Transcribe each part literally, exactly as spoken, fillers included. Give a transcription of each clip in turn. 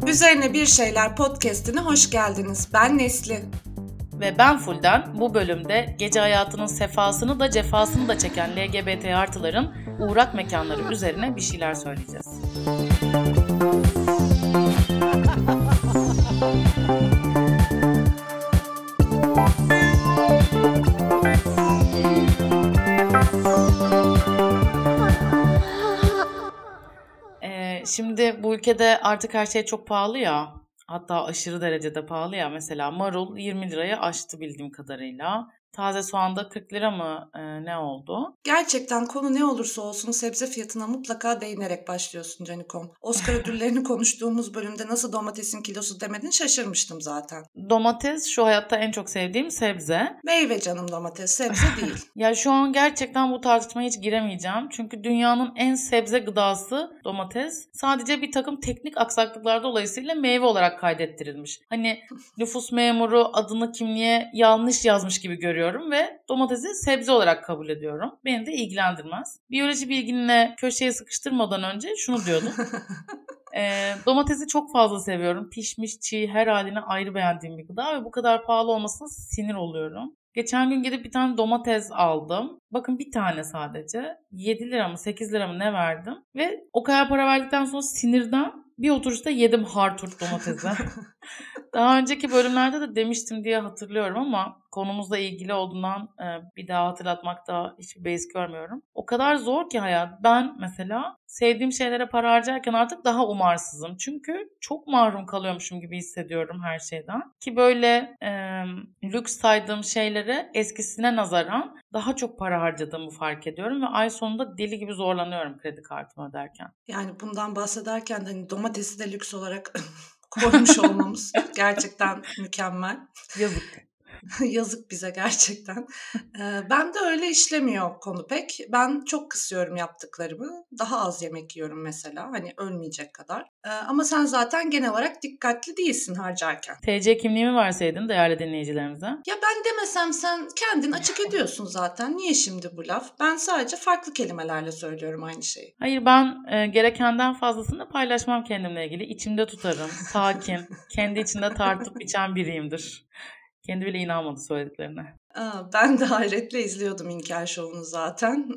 Üzerine Bir Şeyler podcast'ine hoş geldiniz. Ben Nesli. Ve ben Fulden. Bu bölümde gece hayatının sefasını da cefasını da çeken L G B T artıların uğrak mekanları üzerine bir şeyler söyleyeceğiz. Ee, şimdi bu ülkede artık her şey çok pahalı ya. Hatta aşırı derecede pahalı ya. Mesela marul yirmi lirayı aştı bildiğim kadarıyla. Taze soğanda kırk lira mı e, ne oldu? Gerçekten konu ne olursa olsun sebze fiyatına mutlaka değinerek başlıyorsun Canikom. Oscar ödüllerini konuştuğumuz bölümde nasıl domatesin kilosu demedin şaşırmıştım zaten. Domates şu hayatta en çok sevdiğim sebze. Meyve canım domates, sebze değil. Ya şu an gerçekten bu tartışmaya hiç giremeyeceğim. Çünkü dünyanın en sebze gıdası domates. Sadece bir takım teknik aksaklıklar dolayısıyla meyve olarak kaydettirilmiş. Hani nüfus memuru adını kimliğe yanlış yazmış gibi görüyorum ve domatesi sebze olarak kabul ediyorum. Beni de ilgilendirmez. Biyoloji bilginle köşeye sıkıştırmadan önce şunu diyordum. E, domatesi çok fazla seviyorum. Pişmiş, çiğ, her haline ayrı beğendiğim bir gıda ve bu kadar pahalı olmasına sinir oluyorum. Geçen gün gidip bir tane domates aldım. Bakın bir tane sadece. yedi lira mı sekiz lira mı ne verdim. Ve o kadar para verdikten sonra sinirden bir oturuşta yedim harturt domatesi. Daha önceki bölümlerde de demiştim diye hatırlıyorum ama konumuzla ilgili olduğundan e, bir daha hatırlatmakta hiçbir beis görmüyorum. O kadar zor ki hayat. Ben mesela sevdiğim şeylere para harcarken artık daha umarsızım. Çünkü çok mahrum kalıyormuşum gibi hissediyorum her şeyden. Ki böyle e, lüks saydığım şeylere eskisine nazaran daha çok para harcadığımı fark ediyorum ve ay sonunda deli gibi zorlanıyorum kredi kartımı öderken. Yani bundan bahsederken de hani domatesi de lüks olarak koymuş olmamız gerçekten mükemmel. Yazık. Yazık bize gerçekten. Ee, ben de öyle işlemiyor konu pek. Ben çok kısıyorum yaptıklarımı. Daha az yemek yiyorum mesela. Hani ölmeyecek kadar. Ee, ama sen zaten genel olarak dikkatli değilsin harcarken. T C kimliğimi verseydin değerli dinleyicilerimize. Ya ben demesem sen kendin açık ediyorsun zaten. Niye şimdi bu laf? Ben sadece farklı kelimelerle söylüyorum aynı şeyi. Hayır ben e, gerekenden fazlasını paylaşmam kendimle ilgili. İçimde tutarım. Sakin. Kendi içinde tartıp biçen biriyimdir. Kendi bile inanmadı söylediklerine. Aa, ben de hayretle izliyordum İlker Show'unu zaten.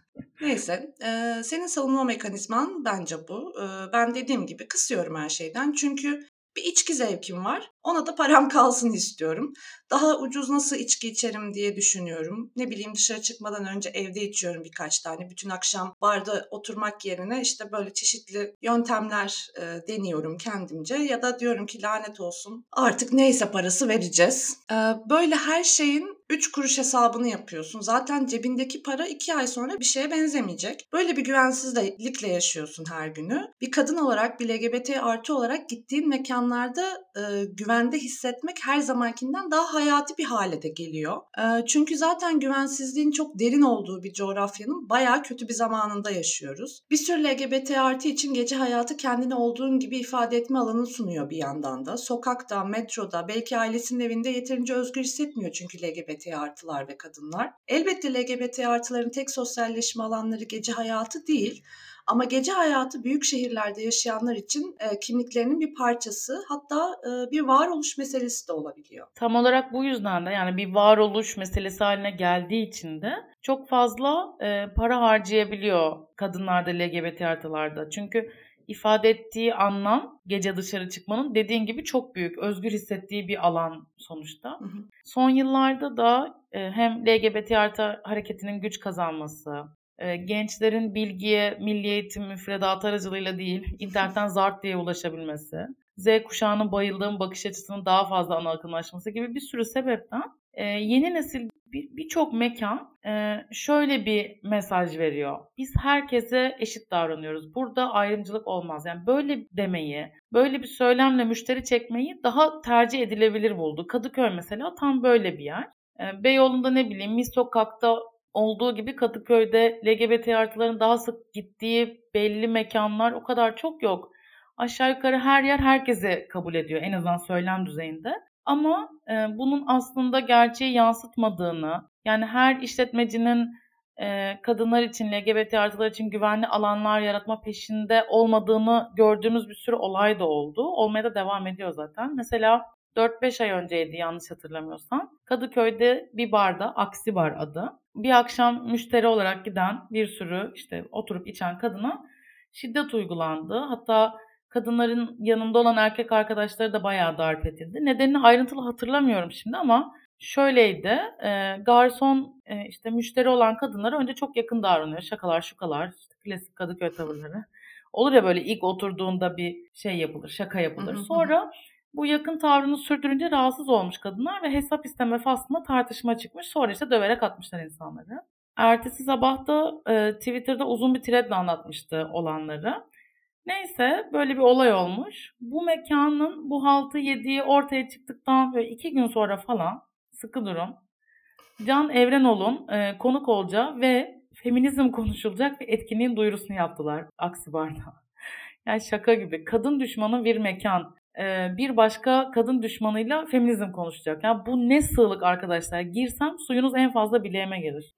Neyse, e, senin savunma mekanizman bence bu. E, ben dediğim gibi kısıyorum her şeyden. Çünkü bir içki zevkim var. Ona da param kalsın istiyorum. Daha ucuz nasıl içki içerim diye düşünüyorum. Ne bileyim dışarı çıkmadan önce evde içiyorum birkaç tane. Bütün akşam barda oturmak yerine işte böyle çeşitli yöntemler e, deniyorum kendimce. Ya da diyorum ki lanet olsun artık neyse parası vereceğiz. E, böyle her şeyin üç kuruş hesabını yapıyorsun. Zaten cebindeki para iki ay sonra bir şeye benzemeyecek. Böyle bir güvensizlikle yaşıyorsun her günü. Bir kadın olarak, bir L G B T artı olarak gittiğin mekanlarda e, güvende hissetmek her zamankinden daha hayati bir hale de geliyor. E, çünkü zaten güvensizliğin çok derin olduğu bir coğrafyanın bayağı kötü bir zamanında yaşıyoruz. Bir sürü L G B T artı için gece hayatı kendini olduğun gibi ifade etme alanı sunuyor bir yandan da. Sokakta, metroda, belki ailesinin evinde yeterince özgür hissetmiyor çünkü L G B T artılar ve kadınlar. Elbette L G B T artıların tek sosyalleşme alanları gece hayatı değil. Ama gece hayatı büyük şehirlerde yaşayanlar için e, kimliklerinin bir parçası, hatta e, bir varoluş meselesi de olabiliyor. Tam olarak bu yüzden de yani bir varoluş meselesi haline geldiği için de çok fazla e, para harcayabiliyor kadınlarda L G B T artılarda. Çünkü ifade ettiği anlam gece dışarı çıkmanın dediğin gibi çok büyük, özgür hissettiği bir alan sonuçta. Hı hı. Son yıllarda da e, hem L G B T artı hareketinin güç kazanması, e, gençlerin bilgiye milli eğitim müfredatı aracılığıyla değil, internetten zart diye ulaşabilmesi, Z kuşağının bayıldığım bakış açısının daha fazla ana akımlaşması gibi bir sürü sebepten e, yeni nesil birçok bir mekan e, şöyle bir mesaj veriyor. Biz herkese eşit davranıyoruz. Burada ayrımcılık olmaz. Yani böyle demeyi, böyle bir söylemle müşteri çekmeyi daha tercih edilebilir buldu. Kadıköy mesela tam böyle bir yer. E, Beyoğlu'nda ne bileyim Mis Sokak'ta olduğu gibi Kadıköy'de L G B T artıların daha sık gittiği belli mekanlar o kadar çok yok. Aşağı yukarı her yer herkese kabul ediyor en azından söylem düzeyinde. Ama e, bunun aslında gerçeği yansıtmadığını, yani her işletmecinin e, kadınlar için, L G B T artılar için güvenli alanlar yaratma peşinde olmadığını gördüğümüz bir sürü olay da oldu. Olmaya da devam ediyor zaten. Mesela dört beş ay önceydi yanlış hatırlamıyorsam. Kadıköy'de bir barda, Aksi Bar adı, bir akşam müşteri olarak giden bir sürü işte oturup içen kadına şiddet uygulandı. Hatta kadınların yanında olan erkek arkadaşları da bayağı darp edildi. Nedenini ayrıntılı hatırlamıyorum şimdi ama şöyleydi. E, garson e, işte müşteri olan kadınlara önce çok yakın davranıyor. Şakalar şukalar, işte klasik Kadıköy tavırları. Olur ya böyle ilk oturduğunda bir şey yapılır, şaka yapılır. Sonra bu yakın tavrını sürdürünce rahatsız olmuş kadınlar ve hesap isteme faslında tartışma çıkmış. Sonra işte döverek atmışlar insanları. Ertesi sabah da e, Twitter'da uzun bir threadle anlatmıştı olanları. Neyse böyle bir olay olmuş. Bu mekanın bu haltı yediği ortaya çıktıktan böyle iki gün sonra falan, sıkı durun, Can Evrenol'un e, konuk olacağı ve feminizm konuşulacak bir etkinliğin duyurusunu yaptılar Aksi Bar'da. Yani şaka gibi. Kadın düşmanı bir mekan. E, bir başka kadın düşmanıyla feminizm konuşacak. Yani bu ne sığlık arkadaşlar. Girsem suyunuz en fazla bileğime gelir.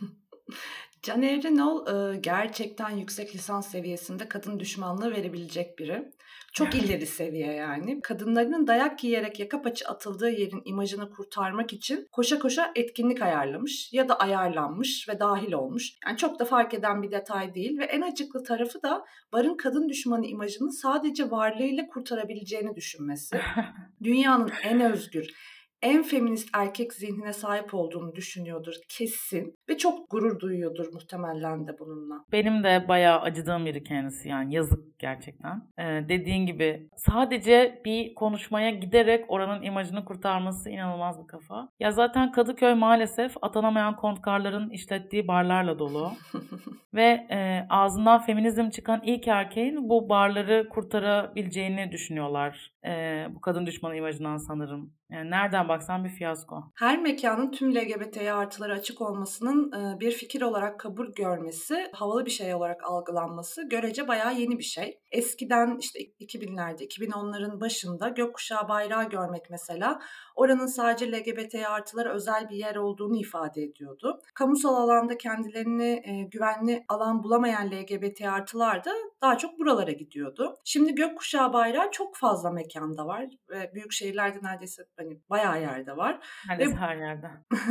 Can Evrenol e, gerçekten yüksek lisans seviyesinde kadın düşmanlığı verebilecek biri. Çok ileri seviye yani. Kadınların dayak yiyerek yaka paça atıldığı yerin imajını kurtarmak için koşa koşa etkinlik ayarlamış ya da ayarlanmış ve dahil olmuş. Yani çok da fark eden bir detay değil ve en acıklı tarafı da barın kadın düşmanı imajını sadece varlığıyla kurtarabileceğini düşünmesi. Dünyanın en özgür, en feminist erkek zihnine sahip olduğunu düşünüyordur kesin ve çok gurur duyuyordur muhtemelen de bununla. Benim de bayağı acıdığım biri kendisi, yani yazık gerçekten. Ee, dediğin gibi sadece bir konuşmaya giderek oranın imajını kurtarması inanılmaz bir kafa. Ya zaten Kadıköy maalesef atanamayan kontkarların işlettiği barlarla dolu. Ve e, ağzından feminizm çıkan ilk erkeğin bu barları kurtarabileceğini düşünüyorlar. E, bu kadın düşmanı imajından sanırım. Yani nereden baksan bir fiyasko. Her mekanın tüm L G B T artıları açık olmasının e, bir fikir olarak kabul görmesi, havalı bir şey olarak algılanması görece bayağı yeni bir şey. Eskiden işte iki binlerde, iki bin onların başında gökkuşağı bayrağı görmek mesela oranın sadece L G B T artılara özel bir yer olduğunu ifade ediyordu. Kamusal alanda kendilerini e, güvenli alan bulamayan L G B T artılar da daha çok buralara gidiyordu. Şimdi gökkuşağı bayrağı çok fazla mekanda var ve büyük şehirlerde neredeyse hani bayağı yerde var. Neredeyse Ve her yerde.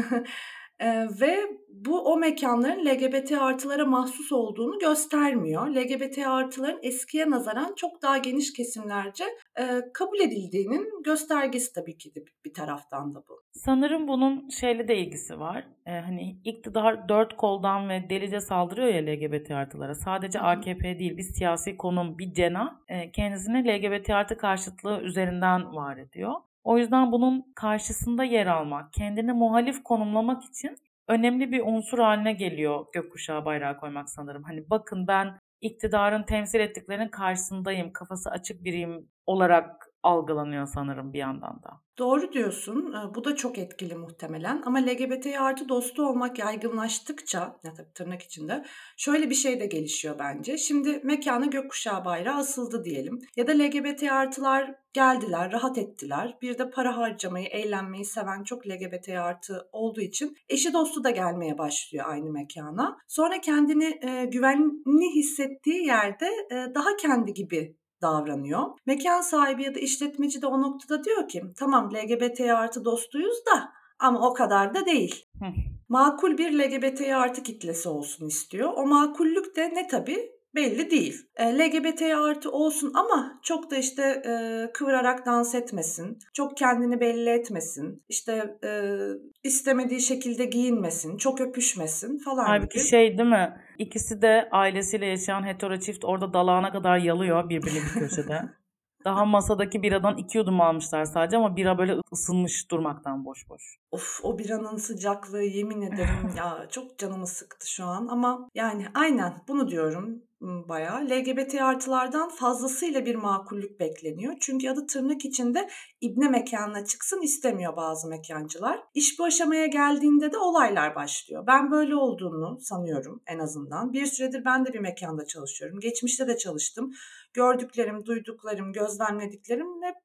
Ee, ve bu o mekanların L G B T artılara mahsus olduğunu göstermiyor. L G B T artıların eskiye nazaran çok daha geniş kesimlerce e, kabul edildiğinin göstergesi tabii ki de bir taraftan da bu. Sanırım bunun şeyle de ilgisi var. Ee, hani iktidar dört koldan ve delice saldırıyor ya L G B T artılara. Sadece A K P değil, bir siyasi konum, bir cenah e, kendisini L G B T artı karşıtlığı üzerinden var ediyor. O yüzden bunun karşısında yer almak, kendini muhalif konumlamak için önemli bir unsur haline geliyor gökkuşağı bayrağı koymak sanırım. Hani bakın ben iktidarın temsil ettiklerinin karşısındayım, kafası açık biriyim olarak algılanıyor sanırım bir yandan da. Doğru diyorsun. Bu da çok etkili muhtemelen. Ama L G B T artı dostu olmak yaygınlaştıkça, ya tabii tırnak içinde, şöyle bir şey de gelişiyor bence. Şimdi mekana gökkuşağı bayrağı asıldı diyelim. Ya da L G B T artılar geldiler, rahat ettiler. Bir de para harcamayı, eğlenmeyi seven çok L G B T artı olduğu için eşi dostu da gelmeye başlıyor aynı mekana. Sonra kendini e, güvenli hissettiği yerde e, daha kendi gibi davranıyor. Mekan sahibi ya da işletmeci de o noktada diyor ki tamam L G B T artı dostuyuz da ama o kadar da değil. Makul bir L G B T artı kitlesi olsun istiyor. O makullük de ne tabii? Belli değil. E, L G B T artı olsun ama çok da işte e, kıvırarak dans etmesin, çok kendini belli etmesin, işte e, istemediği şekilde giyinmesin, çok öpüşmesin falan Halbuki gibi. şey değil mi? İkisi de ailesiyle yaşayan hetero çift orada dalağına kadar yalıyor birbirini bir köşede. Daha masadaki biradan iki yudum almışlar sadece ama bira böyle ısınmış durmaktan boş boş. Of, o biranın sıcaklığı yemin ederim ya çok canımı sıktı şu an ama yani aynen bunu diyorum bayağı. L G B T artılardan fazlasıyla bir makullük bekleniyor. Çünkü adı tırnak içinde ibne mekanına çıksın istemiyor bazı mekancılar. İş bu aşamaya geldiğinde de olaylar başlıyor. Ben böyle olduğunu sanıyorum en azından. Bir süredir ben de bir mekanda çalışıyorum. Geçmişte de çalıştım. Gördüklerim, duyduklarım, gözlemlediklerim hep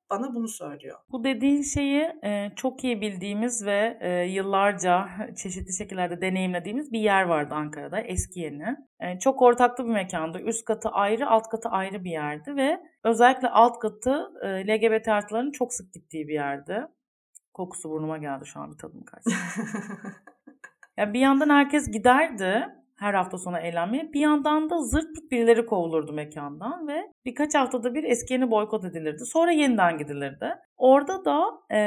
bana bunu söylüyor. Bu dediğin şeyi e, çok iyi bildiğimiz ve e, yıllarca çeşitli şekillerde deneyimlediğimiz bir yer vardı Ankara'da, Eskiyeni. E, çok ortaklı bir mekandı. Üst katı ayrı, alt katı ayrı bir yerdi ve özellikle alt katı e, L G B T artıların çok sık gittiği bir yerdi. Kokusu burnuma geldi şu an, bir tadım kaçtı. Yani bir yandan herkes giderdi her hafta sonu eğlenmeye. Bir yandan da zırt pırt birileri kovulurdu mekandan ve birkaç haftada bir Eskiyeni boykot edilirdi. Sonra yeniden gidilirdi. Orada da e,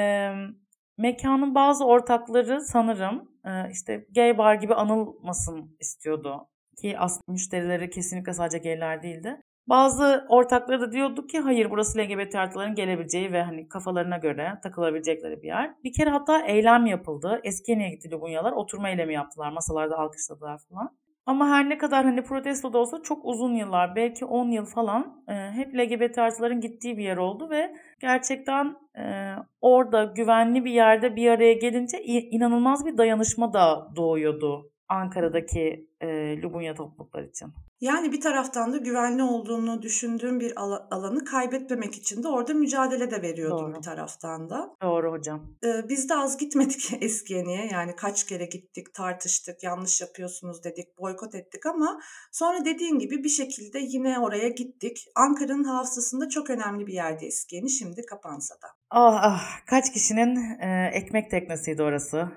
mekanın bazı ortakları sanırım e, işte gay bar gibi anılmasın istiyordu. Ki aslında müşterileri kesinlikle sadece gayler değildi. Bazı ortakları da diyordu ki hayır, burası L G B T artıların gelebileceği ve hani kafalarına göre takılabilecekleri bir yer. Bir kere hatta eylem yapıldı. Eskiyeni'ye gitti Lubunyalar. Oturma eylemi yaptılar. Masalarda alkışladılar falan. Ama her ne kadar hani protesto da olsa çok uzun yıllar, belki on yıl falan e, hep L G B T artıların gittiği bir yer oldu ve gerçekten e, orada güvenli bir yerde bir araya gelince inanılmaz bir dayanışma da doğuyordu Ankara'daki e, Lubunya topluluklar için. Yani bir taraftan da güvenli olduğunu düşündüğüm bir alanı kaybetmemek için de orada mücadele de veriyordum. Doğru. Bir taraftan da. Doğru hocam. Ee, biz de az gitmedik Eskiyeni'ye. Yani kaç kere gittik, tartıştık, yanlış yapıyorsunuz dedik, boykot ettik ama sonra dediğin gibi bir şekilde yine oraya gittik. Ankara'nın hafızasında çok önemli bir yerde Eskiyeni, şimdi kapansa da. Ah ah, kaç kişinin e, ekmek teknesiydi orası.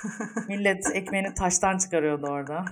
Millet ekmeğini taştan çıkarıyordu orada.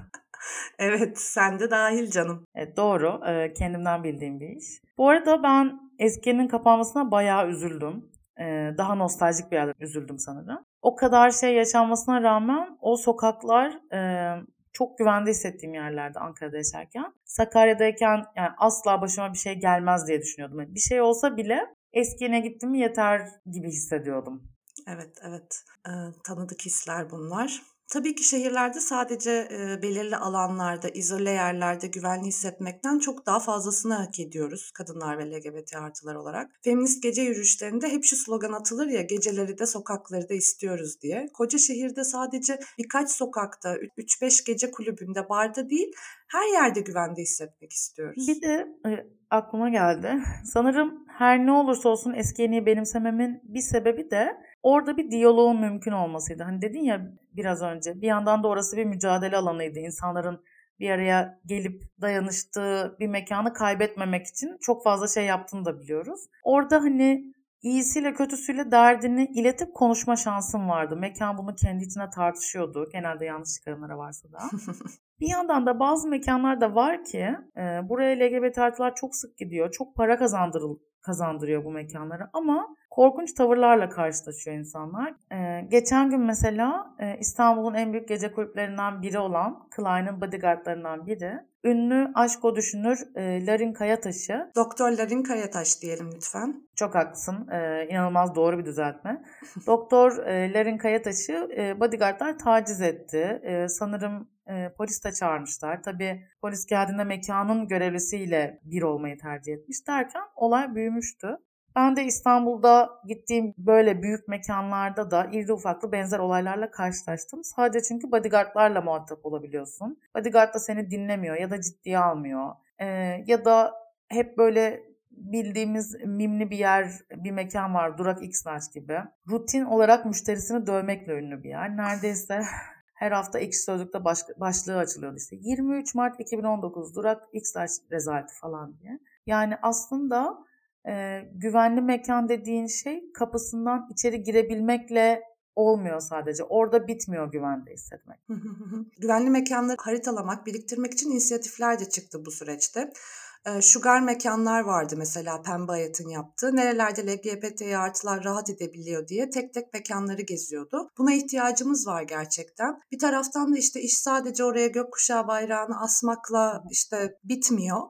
Evet, sen de dahil canım. Evet, doğru. Ee, kendimden bildiğim bir iş. Bu arada ben Eskiyeni'nin kapanmasına bayağı üzüldüm. Ee, daha nostaljik bir yerden üzüldüm sanırım. O kadar şey yaşanmasına rağmen o sokaklar e, çok güvende hissettiğim yerlerde Ankara'da yaşarken. Sakarya'dayken yani asla başıma bir şey gelmez diye düşünüyordum. Yani bir şey olsa bile Eskiyeni'ye gittim mi yeter gibi hissediyordum. Evet, evet. Ee, tanıdık hisler bunlar. Tabii ki şehirlerde sadece e, belirli alanlarda, izole yerlerde güvenli hissetmekten çok daha fazlasını hak ediyoruz kadınlar ve L G B T artılar olarak. Feminist gece yürüyüşlerinde hep şu slogan atılır ya, geceleri de sokakları da istiyoruz diye. Koca şehirde sadece birkaç sokakta, üç beş gece kulübünde, barda değil, her yerde güvende hissetmek istiyoruz. Bir de e, aklıma geldi. Sanırım her ne olursa olsun Eskiyeni'yi benimsememin bir sebebi de orada bir diyaloğun mümkün olmasıydı. Hani dedin ya biraz önce, bir yandan da orası bir mücadele alanıydı. İnsanların bir araya gelip dayanıştığı bir mekanı kaybetmemek için çok fazla şey yaptığını da biliyoruz. Orada hani iyisiyle kötüsüyle derdini iletip konuşma şansın vardı. Mekan bunu kendi içine tartışıyordu. Genelde yanlış çıkarımlara varsa da. Bir yandan da bazı mekanlar da var ki e, buraya L G B T artılar çok sık gidiyor. Çok para kazandırıl kazandırıyor bu mekanlara ama korkunç tavırlarla karşılaşıyor insanlar. Ee, geçen gün mesela e, İstanbul'un en büyük gece kulüplerinden biri olan Klein'in bodyguardlarından biri, ünlü aşko düşünür e, Larin Kayataş'ı. Doktor Larin Kayataş diyelim lütfen. Çok haklısın. E, inanılmaz doğru bir düzeltme. Doktor e, Larin Kayataş'ı e, bodyguardlar taciz etti. E, sanırım e, polis de çağırmışlar. Tabii polis geldiğinde mekanın görevlisiyle bir olmayı tercih etmiş derken olay büyümüştü. Ben de İstanbul'da gittiğim böyle büyük mekanlarda da irili ufaklı benzer olaylarla karşılaştım. Sadece çünkü bodyguardlarla muhatap olabiliyorsun. Bodyguard da seni dinlemiyor ya da ciddiye almıyor. Ee, ya da hep böyle bildiğimiz mimli bir yer, bir mekan var, Durak X-Large gibi. Rutin olarak müşterisini dövmekle ünlü bir yer. Neredeyse her hafta Ekşi Sözlük'te baş, başlığı açılıyordu işte. yirmi üç Mart iki bin on dokuz Durak X-Large rezaleti falan diye. Yani aslında e, güvenli mekan dediğin şey kapısından içeri girebilmekle olmuyor sadece. Orada bitmiyor güvende hissetmek. Güvenli mekanları haritalamak, biriktirmek için inisiyatifler de çıktı bu süreçte. Sugar mekanlar vardı mesela, Pembe Hayat'ın yaptığı. Nerelerde L G B T artılar rahat edebiliyor diye tek tek mekanları geziyordu. Buna ihtiyacımız var gerçekten. Bir taraftan da işte iş sadece oraya gökkuşağı bayrağını asmakla işte bitmiyor.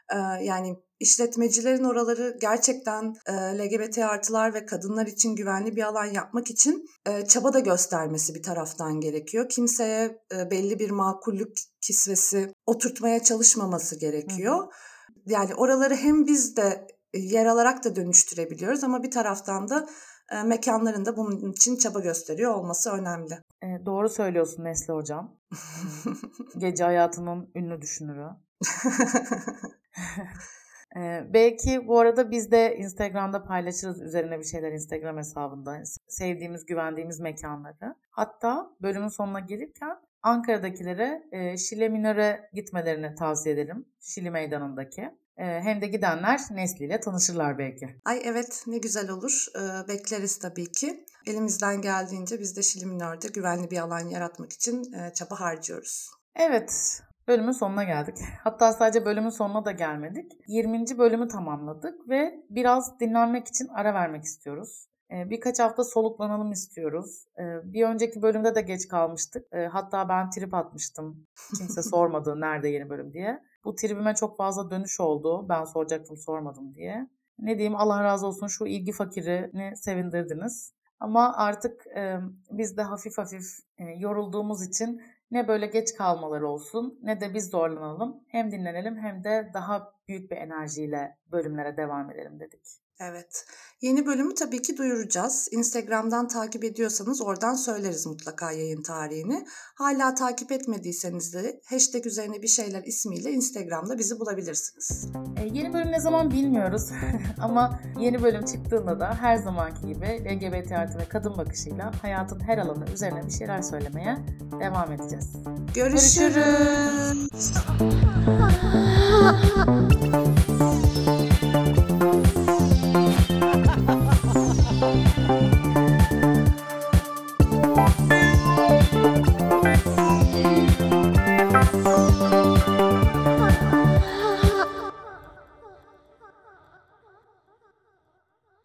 Yani işletmecilerin oraları gerçekten L G B T artılar ve kadınlar için güvenli bir alan yapmak için çaba da göstermesi bir taraftan gerekiyor. Kimseye belli bir makullük kisvesi oturtmaya çalışmaması gerekiyor. Hı. Yani oraları hem biz de yer alarak da dönüştürebiliyoruz ama bir taraftan da e, mekanların da bunun için çaba gösteriyor olması önemli. E, doğru söylüyorsun Nesli Hocam. Gece hayatının ünlü düşünürü. Ee, belki bu arada biz de Instagram'da paylaşırız üzerine bir şeyler Instagram hesabında. Sevdiğimiz, güvendiğimiz mekanları. Hatta bölümün sonuna gelirken Ankara'dakilere e, Şile Minör'e gitmelerini tavsiye ederim. Şili Meydanı'ndaki. E, hem de gidenler Nesli ile tanışırlar belki. Ay evet, ne güzel olur. Ee, bekleriz tabii ki. Elimizden geldiğince biz de Şili Minör'de güvenli bir alan yaratmak için e, çaba harcıyoruz. Evet. Bölümün sonuna geldik. Hatta sadece bölümün sonuna da gelmedik. yirminci bölümü tamamladık ve biraz dinlenmek için ara vermek istiyoruz. Ee, birkaç hafta soluklanalım istiyoruz. Ee, bir önceki bölümde de geç kalmıştık. Ee, hatta ben trip atmıştım. Kimse sormadı nerede yeni bölüm diye. Bu tribime çok fazla dönüş oldu. Ben soracaktım, sormadım diye. Ne diyeyim, Allah razı olsun, şu ilgi fakirini sevindirdiniz. Ama artık e, biz de hafif hafif e, yorulduğumuz için ne böyle geç kalmaları olsun ne de biz zorlanalım. Hem dinlenelim hem de daha büyük bir enerjiyle bölümlere devam edelim dedik. Evet. Yeni bölümü tabii ki duyuracağız. Instagram'dan takip ediyorsanız oradan söyleriz mutlaka yayın tarihini. Hala takip etmediyseniz de hashtag üzerine bir şeyler ismiyle Instagram'da bizi bulabilirsiniz. E, yeni bölüm ne zaman bilmiyoruz ama yeni bölüm çıktığında da her zamanki gibi L G B T artı ve kadın bakışıyla hayatın her alanı üzerine bir şeyler söylemeye devam edeceğiz. Görüşürüz. Görüşürüz.